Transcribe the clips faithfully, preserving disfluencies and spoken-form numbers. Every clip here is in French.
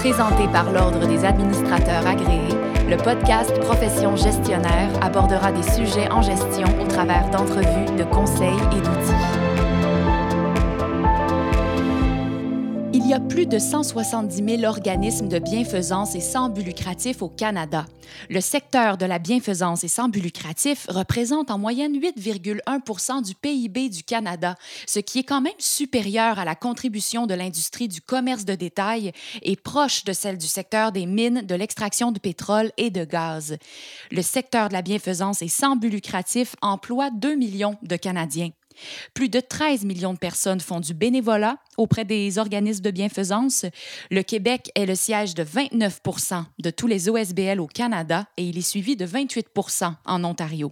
Présenté par l'Ordre des administrateurs agréés, le podcast Profession gestionnaire abordera des sujets en gestion au travers d'entrevues, de conseils et d'outils. Il y a plus de cent soixante-dix mille organismes de bienfaisance et sans but lucratif au Canada. Le secteur de la bienfaisance et sans but lucratif représente en moyenne huit virgule un pour cent du P I B du Canada, ce qui est quand même supérieur à la contribution de l'industrie du commerce de détail et proche de celle du secteur des mines, de l'extraction de pétrole et de gaz. Le secteur de la bienfaisance et sans but lucratif emploie deux millions de Canadiens. Plus de treize millions de personnes font du bénévolat auprès des organismes de bienfaisance. Le Québec est le siège de vingt-neuf pour cent de tous les O S B L au Canada et il est suivi de vingt-huit pour cent en Ontario.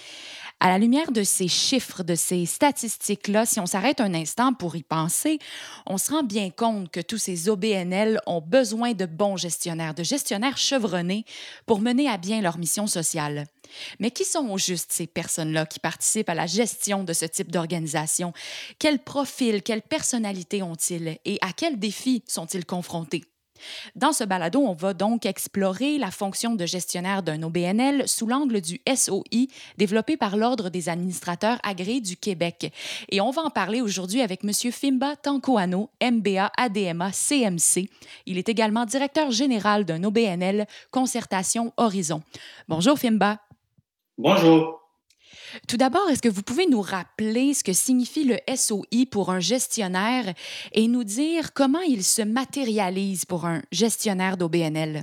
À la lumière de ces chiffres, de ces statistiques-là, si on s'arrête un instant pour y penser, on se rend bien compte que tous ces O B N L ont besoin de bons gestionnaires, de gestionnaires chevronnés pour mener à bien leur mission sociale. Mais qui sont au juste ces personnes-là qui participent à la gestion de ce type d'organisation? Quel profil, quelle personnalité ont-ils et à quels défis sont-ils confrontés? Dans ce balado, on va donc explorer la fonction de gestionnaire d'un O B N L sous l'angle du S O I développé par l'Ordre des administrateurs agréés du Québec. Et on va en parler aujourd'hui avec M. Fimba Tankoano, M B A A D M A C M C. Il est également directeur général d'un O B N L, Concertation Horizon. Bonjour Fimba. Bonjour. Tout d'abord, est-ce que vous pouvez nous rappeler ce que signifie le S O I pour un gestionnaire et nous dire comment il se matérialise pour un gestionnaire d'O B N L?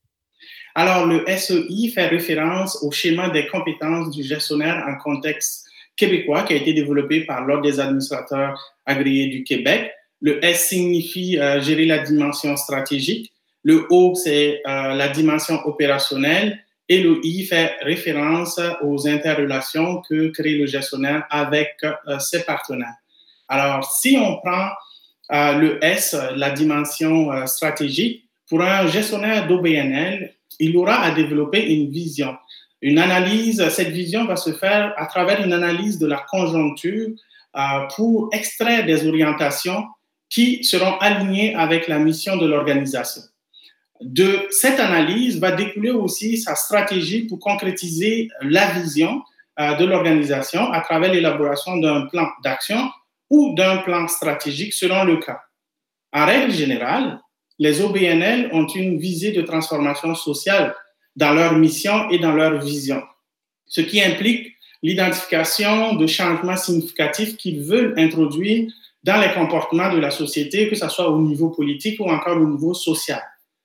Alors, le S O I fait référence au schéma des compétences du gestionnaire en contexte québécois qui a été développé par l'Ordre des administrateurs agréés du Québec. Le S signifie euh, gérer la dimension stratégique. Le O, c'est euh, la dimension opérationnelle. Et le I fait référence aux interrelations que crée le gestionnaire avec euh, ses partenaires. Alors, si on prend euh, le S, la dimension euh, stratégique, pour un gestionnaire d'O B N L, il aura à développer une vision. Une analyse, cette vision va se faire à travers une analyse de la conjoncture euh, pour extraire des orientations qui seront alignées avec la mission de l'organisation. De cette analyse va découler aussi sa stratégie pour concrétiser la vision euh, de l'organisation à travers l'élaboration d'un plan d'action ou d'un plan stratégique selon le cas. En règle générale, les O B N L ont une visée de transformation sociale dans leur mission et dans leur vision, ce qui implique l'identification de changements significatifs qu'ils veulent introduire dans les comportements de la société, que ce soit au niveau politique ou encore au niveau social.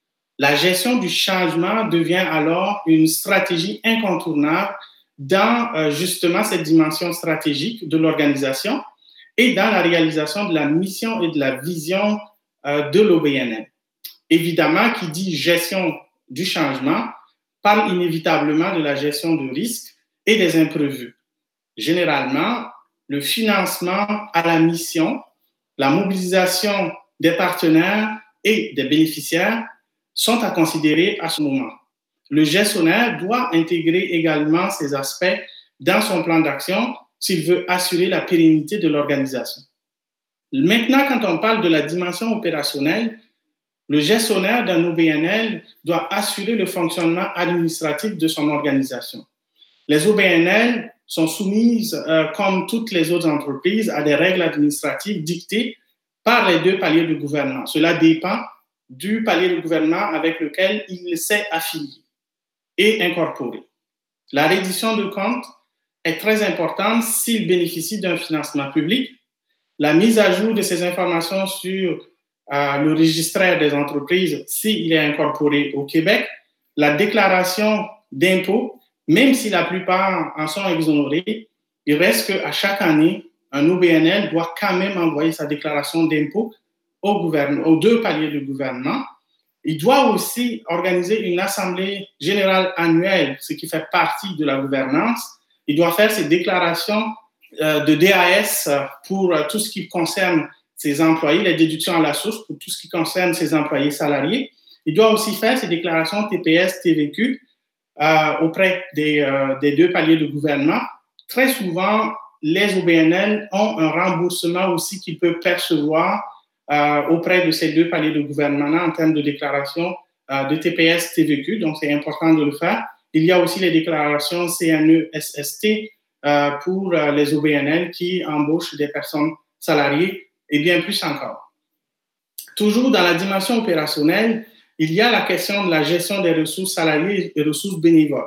La gestion du changement devient alors une stratégie incontournable dans euh, justement cette dimension stratégique de l'organisation et dans la réalisation de la mission et de la vision euh, de l'O B N L. Évidemment, qui dit gestion du changement parle inévitablement de la gestion de risques et des imprévus. Généralement, le financement à la mission, la mobilisation des partenaires et des bénéficiaires sont à considérer à ce moment. Le gestionnaire doit intégrer également ces aspects dans son plan d'action s'il veut assurer la pérennité de l'organisation. Maintenant, quand on parle de la dimension opérationnelle, le gestionnaire d'un O B N L doit assurer le fonctionnement administratif de son organisation. Les O B N L sont soumises, euh, comme toutes les autres entreprises, à des règles administratives dictées par les deux paliers de gouvernement. Cela dépend du palier de gouvernement avec lequel il s'est affilié et incorporé. La reddition de comptes est très importante s'il bénéficie d'un financement public. La mise à jour de ces informations sur euh, le registraire des entreprises s'il est incorporé au Québec. La déclaration d'impôts, même si la plupart en sont exonérés, il reste qu'à chaque année, un O B N L doit quand même envoyer sa déclaration d'impôts Au gouvernement, aux deux paliers de gouvernement. Il doit aussi organiser une assemblée générale annuelle, ce qui fait partie de la gouvernance. Il doit faire ses déclarations euh, de D A S pour euh, tout ce qui concerne ses employés, les déductions à la source pour tout ce qui concerne ses employés salariés. Il doit aussi faire ses déclarations T P S, T V Q euh, auprès des, euh, des deux paliers de gouvernement. Très souvent, les O B N L ont un remboursement aussi qu'ils peuvent percevoir euh, auprès de ces deux paliers de gouvernement en termes de déclaration euh, de T P S T V Q, donc c'est important de le faire. Il y a aussi les déclarations C N E S S T euh, pour euh, les O B N L qui embauchent des personnes salariées et bien plus encore. Toujours dans la dimension opérationnelle, il y a la question de la gestion des ressources salariées et des ressources bénévoles,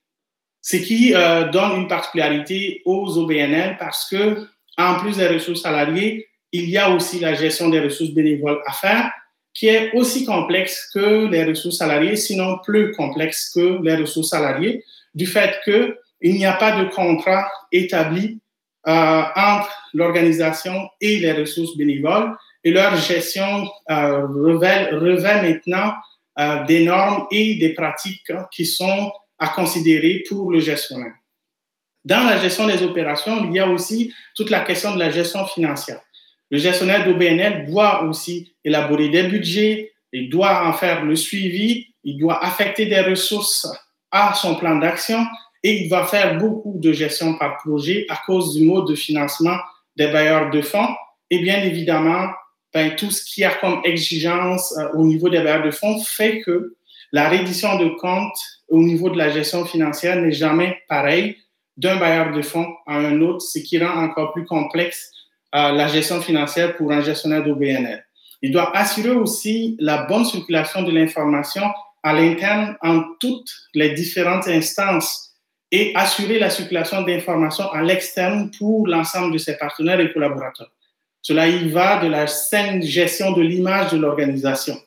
ce qui euh, donne une particularité aux O B N L parce que, en plus des ressources salariées, il y a aussi la gestion des ressources bénévoles à faire, qui est aussi complexe que les ressources salariées, sinon plus complexe que les ressources salariées, du fait qu'il n'y a pas de contrat établi euh, entre l'organisation et les ressources bénévoles, et leur gestion euh, revêt, revêt maintenant euh, des normes et des pratiques qui sont à considérer pour le gestionnaire. Dans la gestion des opérations, il y a aussi toute la question de la gestion financière. Le gestionnaire d'O B N L doit aussi élaborer des budgets, il doit en faire le suivi, il doit affecter des ressources à son plan d'action et il va faire beaucoup de gestion par projet à cause du mode de financement des bailleurs de fonds. Et bien évidemment, ben, tout ce qu'il y a comme exigence euh, au niveau des bailleurs de fonds fait que la reddition de comptes au niveau de la gestion financière n'est jamais pareille d'un bailleur de fonds à un autre, ce qui rend encore plus complexe euh, la gestion financière pour un gestionnaire d'O B N L. Il doit assurer aussi la bonne circulation de l'information à l'interne en toutes les différentes instances et assurer la circulation d'informations à l'externe pour l'ensemble de ses partenaires et collaborateurs. Cela y va de la saine gestion de l'image de l'organisation.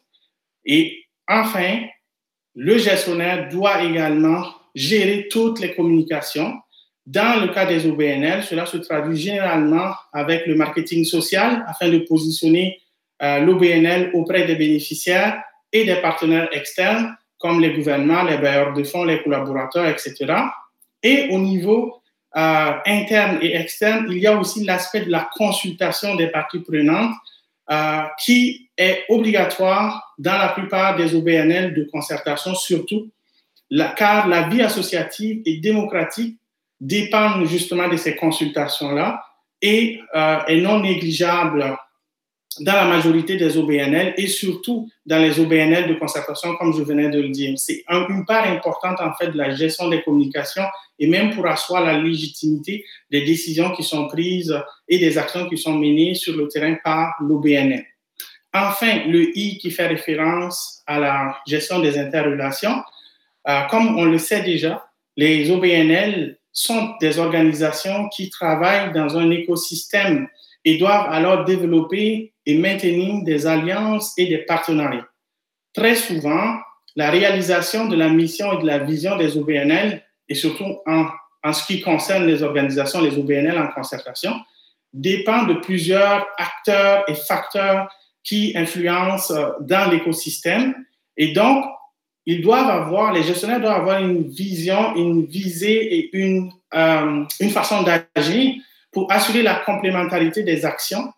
Et enfin, le gestionnaire doit également gérer toutes les communications. Dans le cas des O B N L, cela se traduit généralement avec le marketing social afin de positionner euh, l'O B N L auprès des bénéficiaires et des partenaires externes comme les gouvernements, les bailleurs de fonds, les collaborateurs, et cetera. Et au niveau euh, interne et externe, il y a aussi l'aspect de la consultation des parties prenantes euh, qui est obligatoire dans la plupart des O B N L de concertation, surtout la, car la vie associative et démocratique dépendent justement de ces consultations-là et euh, est non négligeable dans la majorité des O B N L et surtout dans les O B N L de concertation, comme je venais de le dire. C'est un, une part importante en fait de la gestion des communications et même pour asseoir la légitimité des décisions qui sont prises et des actions qui sont menées sur le terrain par l'O B N L. Enfin, le I qui fait référence à la gestion des interrelations. Euh, comme on le sait déjà, les O B N L sont des organisations qui travaillent dans un écosystème et doivent alors développer et maintenir des alliances et des partenariats. Très souvent, la réalisation de la mission et de la vision des O B N L, et surtout en, en ce qui concerne les organisations, les O B N L en concertation, dépend de plusieurs acteurs et facteurs qui influencent dans l'écosystème. Et donc, ils doivent avoir, les gestionnaires doivent avoir une vision, une visée et une, euh, une façon d'agir pour assurer la complémentarité des actions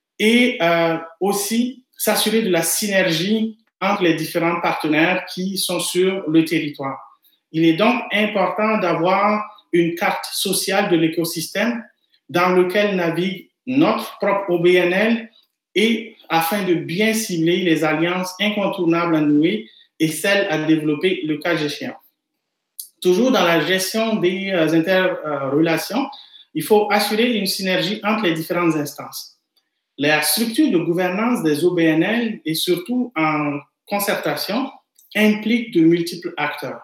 et euh, aussi s'assurer de la synergie entre les différents partenaires qui sont sur le territoire. Il est donc important d'avoir une carte sociale de l'écosystème dans lequel navigue notre propre O B N L et afin de bien cibler les alliances incontournables à nouer et celles à développer le cas échéant. Toujours dans la gestion des euh, interrelations, il faut assurer une synergie entre les différentes instances. La structure de gouvernance des O B N L et surtout en concertation implique de multiples acteurs.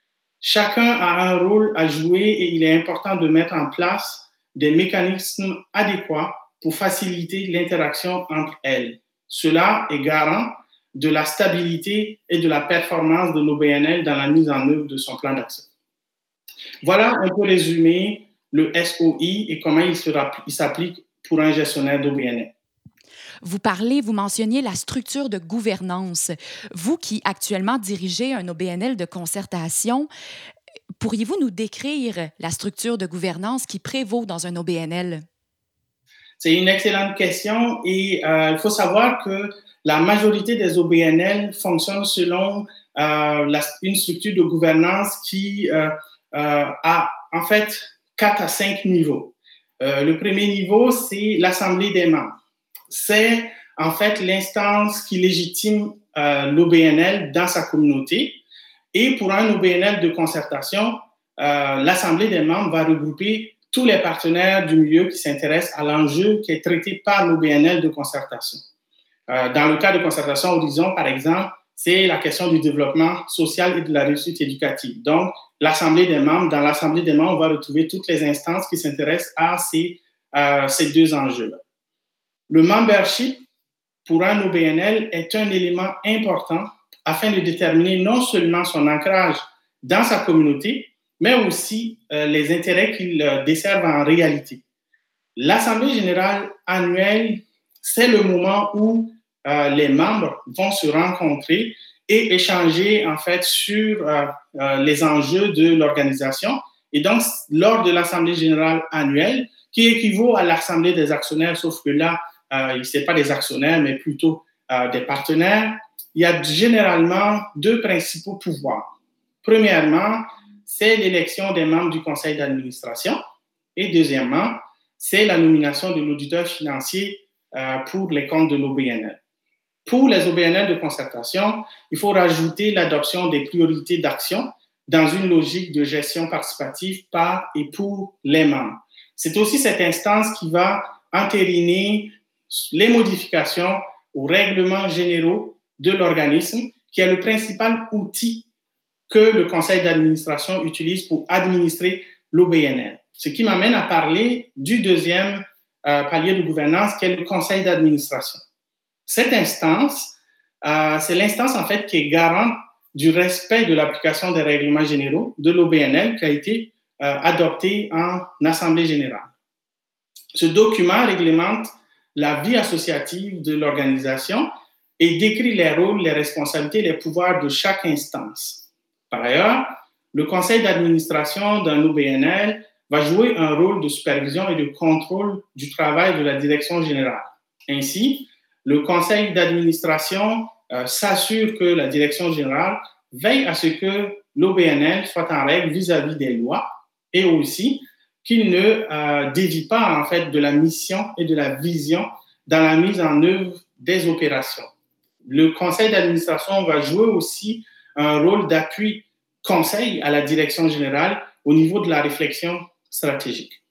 Chacun a un rôle à jouer et il est important de mettre en place des mécanismes adéquats pour faciliter l'interaction entre elles. Cela est garant de la stabilité et de la performance de l'O B N L dans la mise en œuvre de son plan d'action. Voilà un peu résumé le S O I et comment il, sera, il s'applique pour un gestionnaire d'O B N L. Vous parlez, vous mentionniez la structure de gouvernance. Vous qui actuellement dirigez un O B N L de concertation, pourriez-vous nous décrire la structure de gouvernance qui prévaut dans un O B N L? C'est une excellente question et euh, il faut savoir que la majorité des O B N L fonctionnent selon euh, la, une structure de gouvernance qui euh, euh, a en fait quatre à cinq niveaux. Euh, le premier niveau, c'est l'assemblée des membres. C'est en fait l'instance qui légitime euh, l'O B N L dans sa communauté. Et pour un O B N L de concertation, euh, l'Assemblée des membres va regrouper tous les partenaires du milieu qui s'intéressent à l'enjeu qui est traité par l'O B N L de concertation. Euh, dans le cas de concertation Horizon, par exemple, c'est la question du développement social et de la réussite éducative. Donc, l'Assemblée des membres, dans l'Assemblée des membres, on va retrouver toutes les instances qui s'intéressent à ces, euh, ces deux enjeux-là. Le membership pour un O B N L est un élément important afin de déterminer non seulement son ancrage dans sa communauté, mais aussi euh, les intérêts qu'il euh, desserve en réalité. L'Assemblée générale annuelle, c'est le moment où euh, les membres vont se rencontrer et échanger en fait sur euh, euh, les enjeux de l'organisation. Et donc, lors de l'Assemblée générale annuelle, qui équivaut à l'Assemblée des actionnaires, sauf que là, euh, ce n'est pas des actionnaires, mais plutôt euh, des partenaires, il y a généralement deux principaux pouvoirs. Premièrement, c'est l'élection des membres du conseil d'administration. Et deuxièmement, c'est la nomination de l'auditeur financier euh, pour les comptes de l'O B N L. Pour les O B N L de concertation, il faut rajouter l'adoption des priorités d'action dans une logique de gestion participative par et pour les membres. C'est aussi cette instance qui va entériner les modifications aux règlements généraux de l'organisme, qui est le principal outil que le conseil d'administration utilise pour administrer l'O B N L. Ce qui m'amène à parler du deuxième euh, palier de gouvernance, qui est le conseil d'administration. Cette instance, euh, c'est l'instance en fait qui est garante du respect de l'application des règlements généraux de l'O B N L qui a été euh, adopté en Assemblée générale. Ce document réglemente la vie associative de l'organisation et décrit les rôles, les responsabilités, les pouvoirs de chaque instance. Par ailleurs, le conseil d'administration d'un O B N L va jouer un rôle de supervision et de contrôle du travail de la direction générale. Ainsi, le conseil d'administration euh, s'assure que la direction générale veille à ce que l'O B N L soit en règle vis-à-vis des lois et aussi qu'il ne euh, dévie pas en fait de la mission et de la vision dans la mise en œuvre des opérations. Le conseil d'administration va jouer aussi un rôle d'appui conseil à la direction générale au niveau de la réflexion stratégique.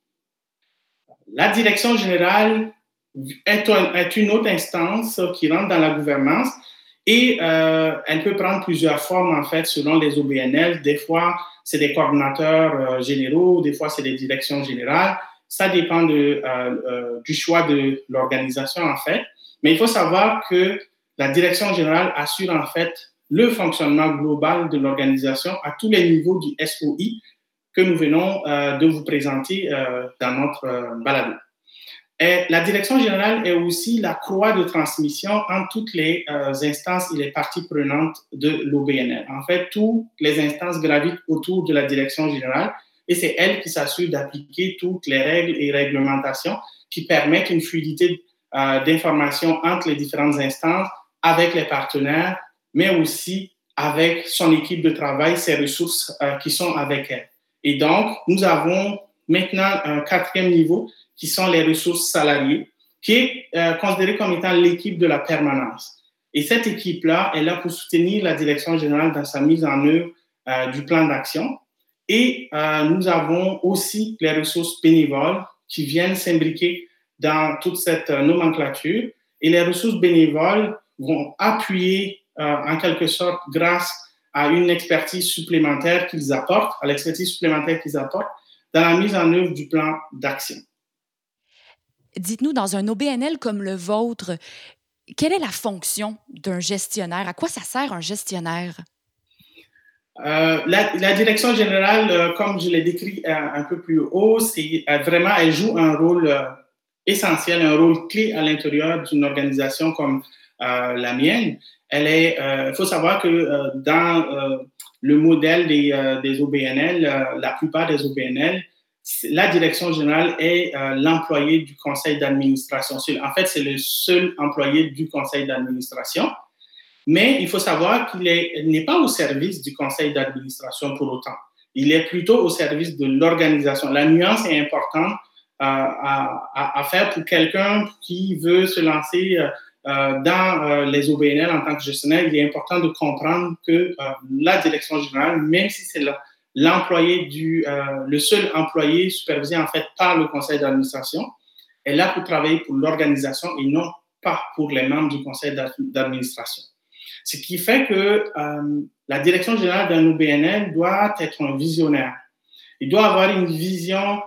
La direction générale est, un, est une autre instance qui rentre dans la gouvernance et euh, elle peut prendre plusieurs formes en fait selon les O B N L. Des fois, c'est des coordonnateurs euh, généraux, des fois, c'est des directions générales. Ça dépend de, euh, euh, du choix de l'organisation en fait. Mais il faut savoir que la direction générale assure en fait le fonctionnement global de l'organisation à tous les niveaux du S O I que nous venons euh, de vous présenter euh, dans notre euh, balado. Et la direction générale est aussi la croix de transmission entre toutes les euh, instances et les parties prenantes de l'O B N L. En fait, toutes les instances gravitent autour de la direction générale et c'est elle qui s'assure d'appliquer toutes les règles et réglementations qui permettent une fluidité euh, d'information entre les différentes instances avec les partenaires, mais aussi avec son équipe de travail, ses ressources euh, qui sont avec elle. Et donc, nous avons maintenant un quatrième niveau qui sont les ressources salariées, qui est euh, considérée comme étant l'équipe de la permanence. Et cette équipe-là est là pour soutenir la direction générale dans sa mise en œuvre euh, du plan d'action. Et euh, nous avons aussi les ressources bénévoles qui viennent s'imbriquer dans toute cette euh, nomenclature. Et les ressources bénévoles vont appuyer euh, en quelque sorte grâce à une expertise supplémentaire qu'ils apportent, à l'expertise supplémentaire qu'ils apportent dans la mise en œuvre du plan d'action. Dites-nous, dans un O B N L comme le vôtre, quelle est la fonction d'un gestionnaire? À quoi ça sert un gestionnaire? Euh, la, la direction générale, euh, comme je l'ai décrit euh, un peu plus haut, c'est euh, vraiment, elle joue un rôle euh, essentiel, un rôle clé à l'intérieur d'une organisation comme euh, la mienne. Elle est, il euh, faut savoir que euh, dans euh, le modèle des, euh, des O B N L, euh, la plupart des O B N L, la direction générale est euh, l'employé du conseil d'administration. En fait, c'est le seul employé du conseil d'administration. Mais il faut savoir qu'il est, n'est pas au service du conseil d'administration pour autant. Il est plutôt au service de l'organisation. La nuance est importante euh, à, à, à faire pour quelqu'un qui veut se lancer euh, dans euh, les O B N L en tant que gestionnaire, il est important de comprendre que euh, la direction générale, même si c'est la, l'employé du, euh, le seul employé supervisé en fait par le conseil d'administration, est là pour travailler pour l'organisation et non pas pour les membres du conseil d'administration. Ce qui fait que euh, la direction générale d'un O B N L doit être un visionnaire. Il doit avoir une vision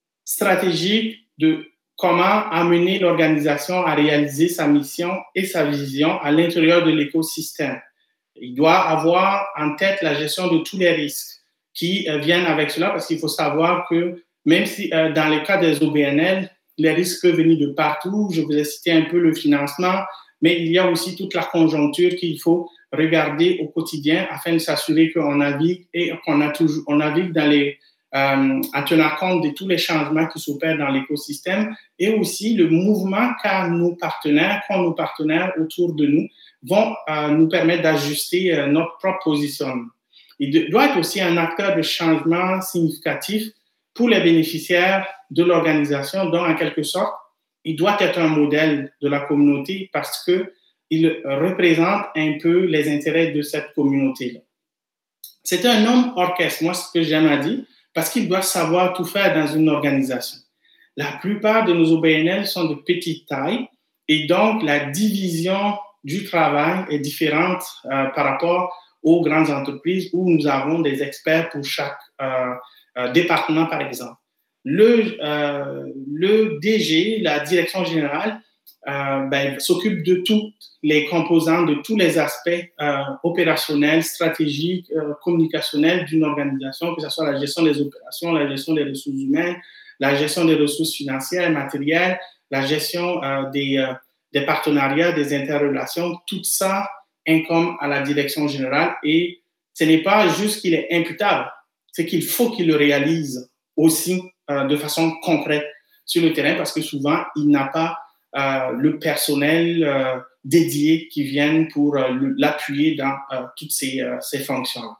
stratégique de comment amener l'organisation à réaliser sa mission et sa vision à l'intérieur de l'écosystème. Il doit avoir en tête la gestion de tous les risques qui euh, viennent avec cela, parce qu'il faut savoir que même si euh, dans le cas des O B N L, les risques peuvent venir de partout, je vous ai cité un peu le financement, mais il y a aussi toute la conjoncture qu'il faut regarder au quotidien afin de s'assurer qu'on navigue et qu'on a toujours, on navigue dans les, euh, en tenant compte de tous les changements qui s'opèrent dans l'écosystème et aussi le mouvement qu'a nos partenaires, qu'ont nos partenaires autour de nous vont euh, nous permettre d'ajuster euh, notre propre positionnement. Il de, doit être aussi un acteur de changement significatif pour les bénéficiaires de l'organisation, donc en quelque sorte, il doit être un modèle de la communauté parce qu'il représente un peu les intérêts de cette communauté-là. C'est un homme orchestre, moi, ce que j'aime à dire, parce qu'il doit savoir tout faire dans une organisation. La plupart de nos O B N L sont de petite taille et donc la division du travail est différente euh, par rapport aux grandes entreprises où nous avons des experts pour chaque euh, euh, département, par exemple. Le, euh, le D G, la direction générale, euh, ben, s'occupe de toutes les composants, de tous les aspects euh, opérationnels, stratégiques, euh, communicationnels d'une organisation, que ce soit la gestion des opérations, la gestion des ressources humaines, la gestion des ressources financières, matérielles, la gestion euh, des, euh, des partenariats, des interrelations. Tout ça incombe à la direction générale et ce n'est pas juste qu'il est imputable, c'est qu'il faut qu'il le réalise aussi euh, de façon concrète sur le terrain parce que souvent, il n'a pas euh, le personnel euh, dédié qui vienne pour euh, l'appuyer dans euh, toutes ces, euh, ces fonctions.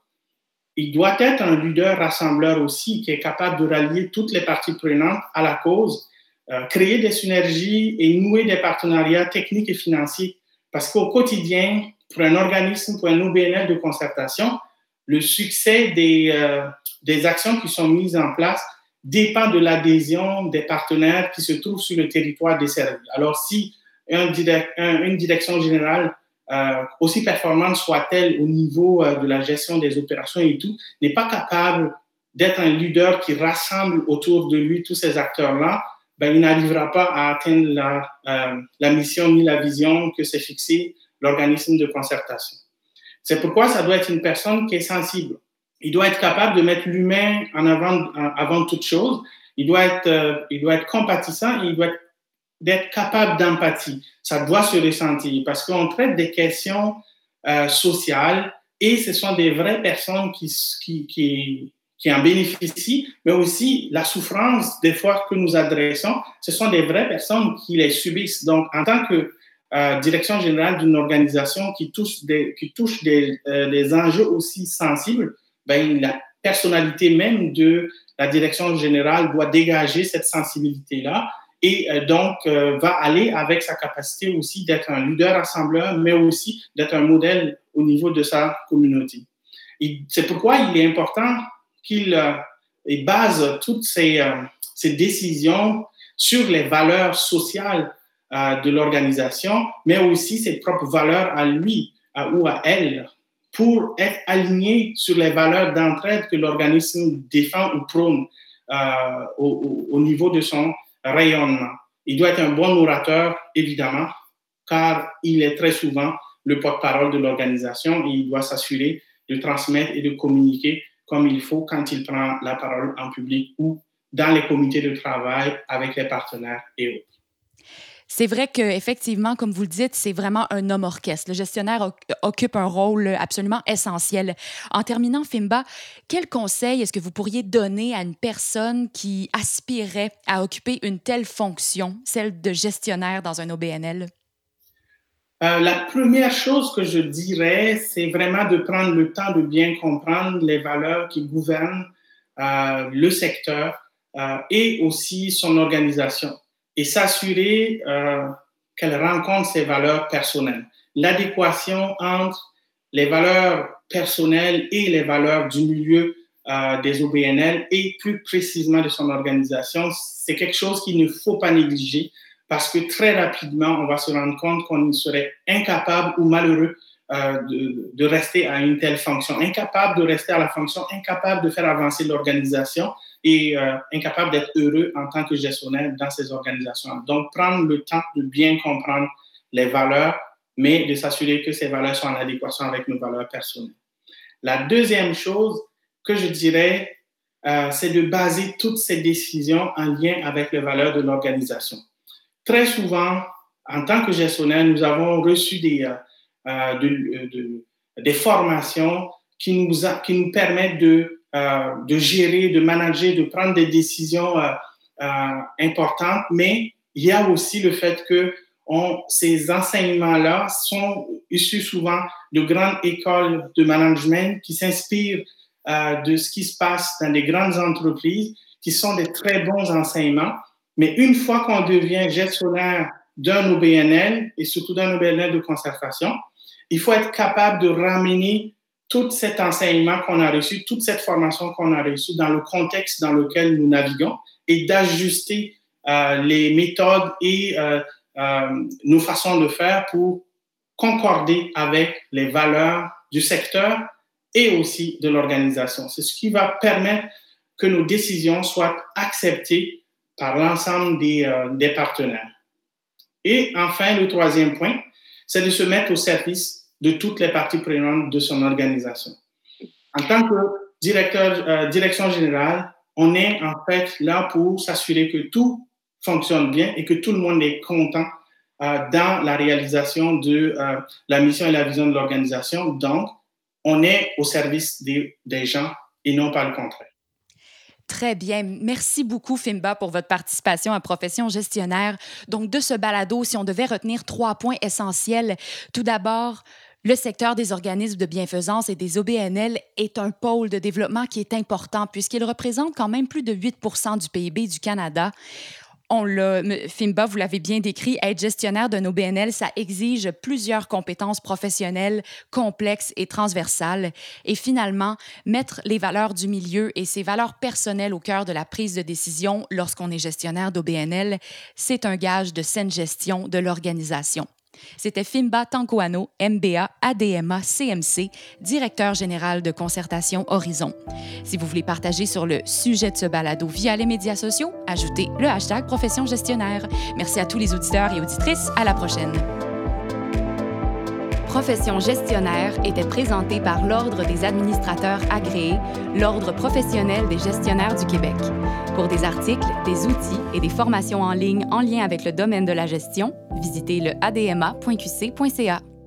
Il doit être un leader rassembleur aussi qui est capable de rallier toutes les parties prenantes à la cause, euh, créer des synergies et nouer des partenariats techniques et financiers parce qu'au quotidien, pour un organisme, pour un O B N L de concertation, le succès des, euh, des actions qui sont mises en place dépend de l'adhésion des partenaires qui se trouvent sur le territoire desservi. Alors, si un direct, un, une direction générale, euh, aussi performante soit-elle au niveau euh, de la gestion des opérations et tout, n'est pas capable d'être un leader qui rassemble autour de lui tous ces acteurs-là, ben, il n'arrivera pas à atteindre la, euh, la mission ni la vision que s'est fixée l'organisme de concertation. C'est pourquoi ça doit être une personne qui est sensible. Il doit être capable de mettre l'humain en avant, en, avant toute chose. Il doit être, euh, il doit être compatissant et il doit être, d'être capable d'empathie. Ça doit se ressentir parce qu'on traite des questions euh, sociales et ce sont des vraies personnes qui, qui, qui, qui en bénéficient, mais aussi la souffrance des fois que nous adressons, ce sont des vraies personnes qui les subissent. Donc, en tant que Euh, direction générale d'une organisation qui touche des, qui touche des, euh, des enjeux aussi sensibles, ben, la personnalité même de la direction générale doit dégager cette sensibilité-là et euh, donc euh, va aller avec sa capacité aussi d'être un leader rassembleur, mais aussi d'être un modèle au niveau de sa communauté. Et c'est pourquoi il est important qu'il euh, il base toutes ces, euh, ces décisions sur les valeurs sociales Euh, de l'organisation, mais aussi ses propres valeurs à lui à, ou à elle pour être aligné sur les valeurs d'entraide que l'organisme défend ou prône euh, au, au niveau de son rayonnement. Il doit être un bon orateur, évidemment, car il est très souvent le porte-parole de l'organisation et il doit s'assurer de transmettre et de communiquer comme il faut quand il prend la parole en public ou dans les comités de travail avec les partenaires et autres. C'est vrai qu'effectivement, comme vous le dites, c'est vraiment un homme orchestre. Le gestionnaire occupe un rôle absolument essentiel. En terminant, Fimba, quel conseil est-ce que vous pourriez donner à une personne qui aspirait à occuper une telle fonction, celle de gestionnaire dans un O B N L? Euh, la première chose que je dirais, c'est vraiment de prendre le temps de bien comprendre les valeurs qui gouvernent euh, le secteur euh, et aussi son organisation. Et s'assurer euh, qu'elle rencontre ses valeurs personnelles. L'adéquation entre les valeurs personnelles et les valeurs du milieu euh, des O B N L et plus précisément de son organisation, c'est quelque chose qu'il ne faut pas négliger parce que très rapidement, on va se rendre compte qu'on serait incapable ou malheureux euh, de, de rester à une telle fonction, incapable de rester à la fonction, incapable de faire avancer l'organisation et euh, incapable d'être heureux en tant que gestionnaire dans ces organisations. Donc, prendre le temps de bien comprendre les valeurs, mais de s'assurer que ces valeurs sont en adéquation avec nos valeurs personnelles. La deuxième chose que je dirais, euh, c'est de baser toutes ces décisions en lien avec les valeurs de l'organisation. Très souvent, en tant que gestionnaire, nous avons reçu des, euh, de, de, des formations qui nous, a, qui nous permettent de, euh, de gérer, de manager, de prendre des décisions euh, euh, importantes, mais il y a aussi le fait que on, ces enseignements-là sont issus souvent de grandes écoles de management qui s'inspirent euh, de ce qui se passe dans les grandes entreprises, qui sont des très bons enseignements. Mais une fois qu'on devient gestionnaire d'un O B N L, et surtout d'un O B N L de conservation, il faut être capable de ramener tout cet enseignement qu'on a reçu, toute cette formation qu'on a reçue dans le contexte dans lequel nous naviguons et d'ajuster euh, les méthodes et euh, euh, nos façons de faire pour concorder avec les valeurs du secteur et aussi de l'organisation. C'est ce qui va permettre que nos décisions soient acceptées par l'ensemble des, euh, des partenaires. Et enfin, le troisième point, c'est de se mettre au service de toutes les parties prenantes de son organisation. En tant que directeur, euh, direction générale, on est en fait là pour s'assurer que tout fonctionne bien et que tout le monde est content euh, dans la réalisation de euh, la mission et la vision de l'organisation. Donc, on est au service des, des gens et non pas le contraire. Très bien. Merci beaucoup, Fimba, pour votre participation à Profession gestionnaire. Donc, de ce balado, si on devait retenir trois points essentiels, tout d'abord, le secteur des organismes de bienfaisance et des O B N L est un pôle de développement qui est important puisqu'il représente quand même plus de huit pour cent du P I B du Canada. On l'a, Fimba, vous l'avez bien décrit, être gestionnaire d'un O B N L, ça exige plusieurs compétences professionnelles complexes et transversales. Et finalement, mettre les valeurs du milieu et ses valeurs personnelles au cœur de la prise de décision lorsqu'on est gestionnaire d'O B N L, c'est un gage de saine gestion de l'organisation. C'était Fimba Tankoano, M B A, A D M A, C M C, directeur général de Concertation Horizon. Si vous voulez partager sur le sujet de ce balado via les médias sociaux, ajoutez le hashtag Profession gestionnaire. Merci à tous les auditeurs et auditrices. À la prochaine. Profession gestionnaire était présentée par l'Ordre des administrateurs agréés, l'Ordre professionnel des gestionnaires du Québec. Pour des articles, des outils et des formations en ligne en lien avec le domaine de la gestion, visitez le a d m a point q c point c a.